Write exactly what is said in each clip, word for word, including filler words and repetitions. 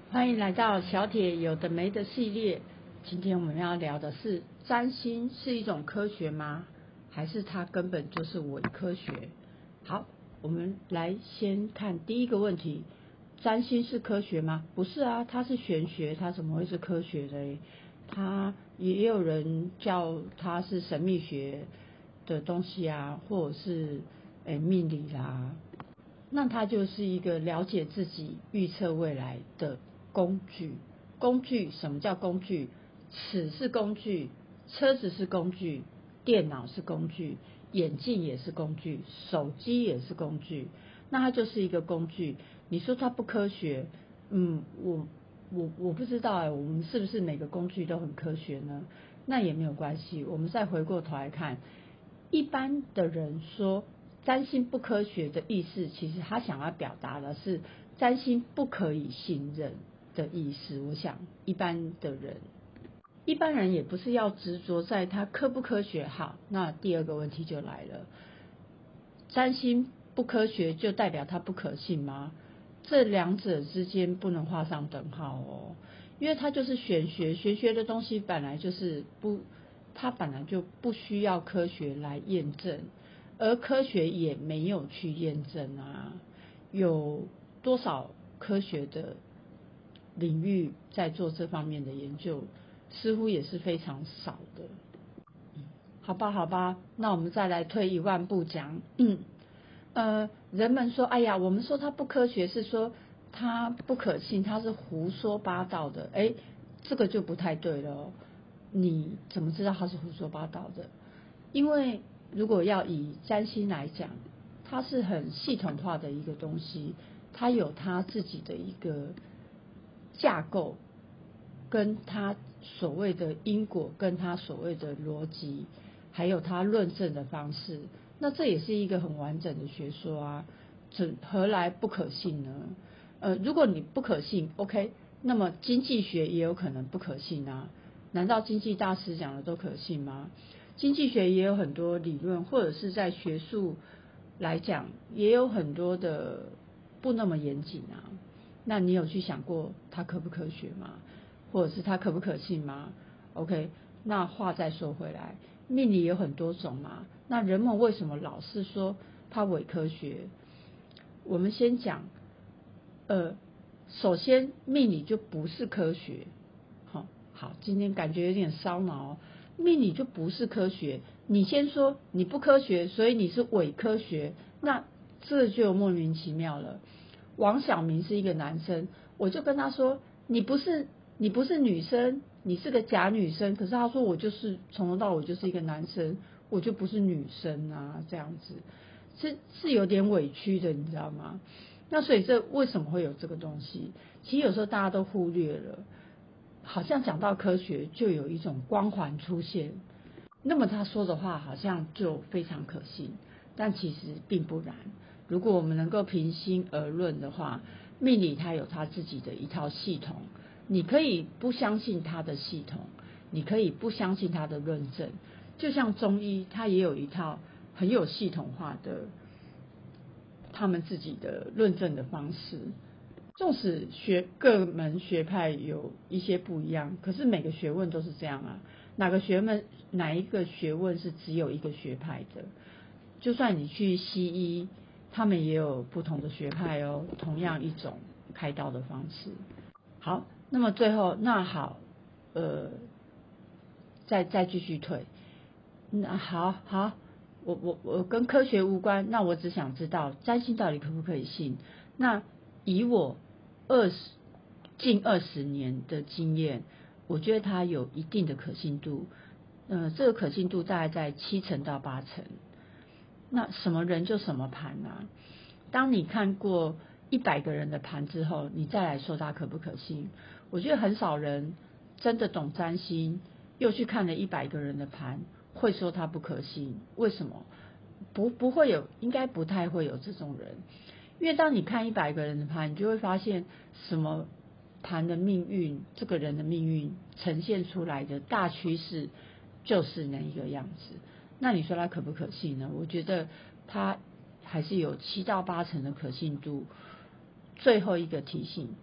欢迎来到小铁有的没的系列。今天我们要聊的是，占星是一种科学吗？还是它根本就是伪科学？好，我们来先看第一个问题，占星是科学吗？不是啊，它是玄学，它怎么会是科学的？它也有人叫它是神秘学的东西啊，或者是诶命理啦，那它就是一个了解自己、预测未来的工具。工具，什么叫工具？尺是工具，车子是工具，电脑是工具，眼镜也是工具，手机也是工具。那它就是一个工具。你说它不科学，嗯，我我我不知道哎，我们是不是每个工具都很科学呢？那也没有关系，我们再回过头来看，一般的人说占星不科学的意思，其实他想要表达的是占星不可以信任的意思。我想一般的人，一般人也不是要执着在它科不科学。好，那第二个问题就来了，占星不科学就代表它不可信吗？这两者之间不能画上等号哦，因为它就是玄学，玄学的东西本来就是不，它本来就不需要科学来验证，而科学也没有去验证啊。有多少科学的领域在做这方面的研究，似乎也是非常少的。好吧，好吧，那我们再来退一万步讲，嗯，呃，人们说，哎呀，我们说它不科学，是说它不可信，它是胡说八道的，哎，这个就不太对了哦。你怎么知道它是胡说八道的？因为如果要以占星来讲，它是很系统化的一个东西，它有它自己的一个架构，跟它所谓的因果，跟它所谓的逻辑，还有它论证的方式，那这也是一个很完整的学说啊，怎何来不可信呢？呃，如果你不可信 ，OK， 那么经济学也有可能不可信啊？难道经济大师讲的都可信吗？经济学也有很多理论，或者是在学术来讲，也有很多的不那么严谨啊。那你有去想过它可不科学吗？或者是它可不可信吗 ？OK， 那话再说回来，命理有很多种嘛，那人们为什么老是说它伪科学？我们先讲，呃，首先命理就不是科学，好，好，今天感觉有点烧脑哦，命理就不是科学。你先说你不科学，所以你是伪科学，那这就莫名其妙了。王小明是一个男生，我就跟他说，你不是你不是女生，你是个假女生。可是他说我就是从头到尾就是一个男生，我就不是女生啊，这样子是是有点委屈的，你知道吗？那所以这为什么会有这个东西？其实有时候大家都忽略了，好像讲到科学就有一种光环出现，那么他说的话好像就非常可信，但其实并不然。如果我们能够平心而论的话，命理它有它自己的一套系统，你可以不相信它的系统，你可以不相信它的论证，就像中医它也有一套很有系统化的他们自己的论证的方式。纵使学各门学派有一些不一样，可是每个学问都是这样啊。哪个学问哪一个学问是只有一个学派的？就算你去西医，他们也有不同的学派哦，同样一种开刀的方式。好，那么最后那好，呃，再再继续退。那好好，我我我跟科学无关，那我只想知道占星到底可不可以信？那以我二十近二十年的经验，我觉得它有一定的可信度，呃，这个可信度大概在七成到八成。那什么人就什么盘啊？当你看过一百个人的盘之后，你再来说它可不可信？我觉得很少人真的懂占星，又去看了一百个人的盘，会说它不可信。为什么？不不会有，应该不太会有这种人。因为当你看一百个人的盘，你就会发现什么盘的命运，这个人的命运呈现出来的大趋势就是那一个样子。那你说它可不可信呢？我觉得它还是有七到八成的可信度。最后一个提醒，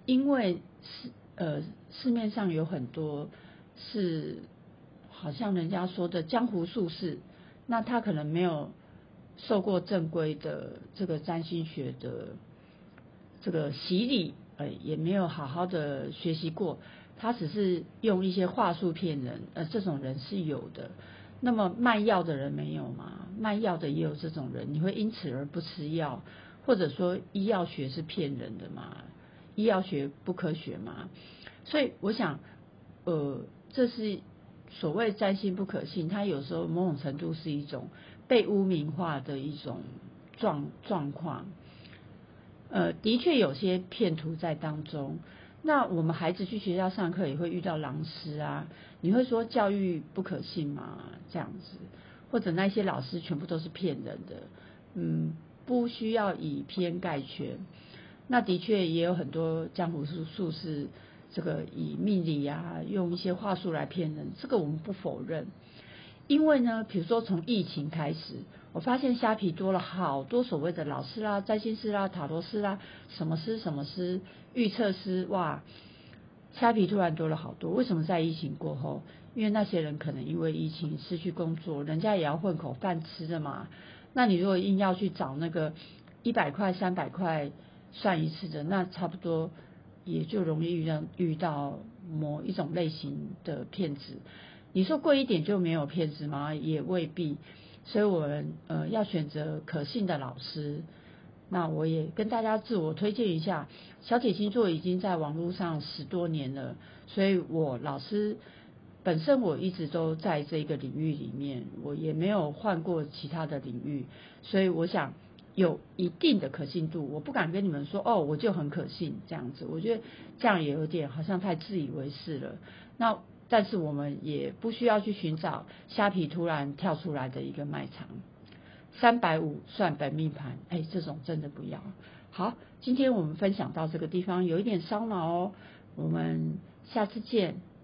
因为市呃市面上有很多是好像人家说的江湖术士，那他可能没有受过正规的这个占星学的这个洗礼，呃，也没有好好的学习过，他只是用一些话术骗人，呃，这种人是有的。那么卖药的人没有吗？卖药的也有这种人，你会因此而不吃药，或者说医药学是骗人的嘛？医药学不科学嘛？所以我想，呃，这是所谓占星不可信，它有时候某种程度是一种被污名化的一种状状况。呃，的确有些骗徒在当中。那我们孩子去学校上课也会遇到狼师啊，你会说教育不可信吗？这样子，或者那些老师全部都是骗人的，嗯，不需要以偏概全。那的确也有很多江湖术术士，这个以命理啊，用一些话术来骗人，这个我们不否认。因为呢，比如说从疫情开始，我发现虾皮多了好多所谓的老师啦、占星师啦、塔罗师啦、什么师什么师、预测师，哇，虾皮突然多了好多。为什么在疫情过后？因为那些人可能因为疫情失去工作，人家也要混口饭吃的嘛。那你如果硬要去找那个一百块、三百块算一次的，那差不多也就容易遇到遇到某一种类型的骗子。你说贵一点就没有骗子吗？也未必。所以我们呃要选择可信的老师。那我也跟大家自我推荐一下，小铁星座已经在网络上十多年了，所以我老师本身我一直都在这个领域里面，我也没有换过其他的领域，所以我想有一定的可信度。我不敢跟你们说哦，我就很可信这样子，我觉得这样也有点好像太自以为是了。那但是我们也不需要去寻找虾皮突然跳出来的一个卖场，三百五算本命盘，哎，这种真的不要。好，今天我们分享到这个地方，有一点烧脑哦，我们下次见。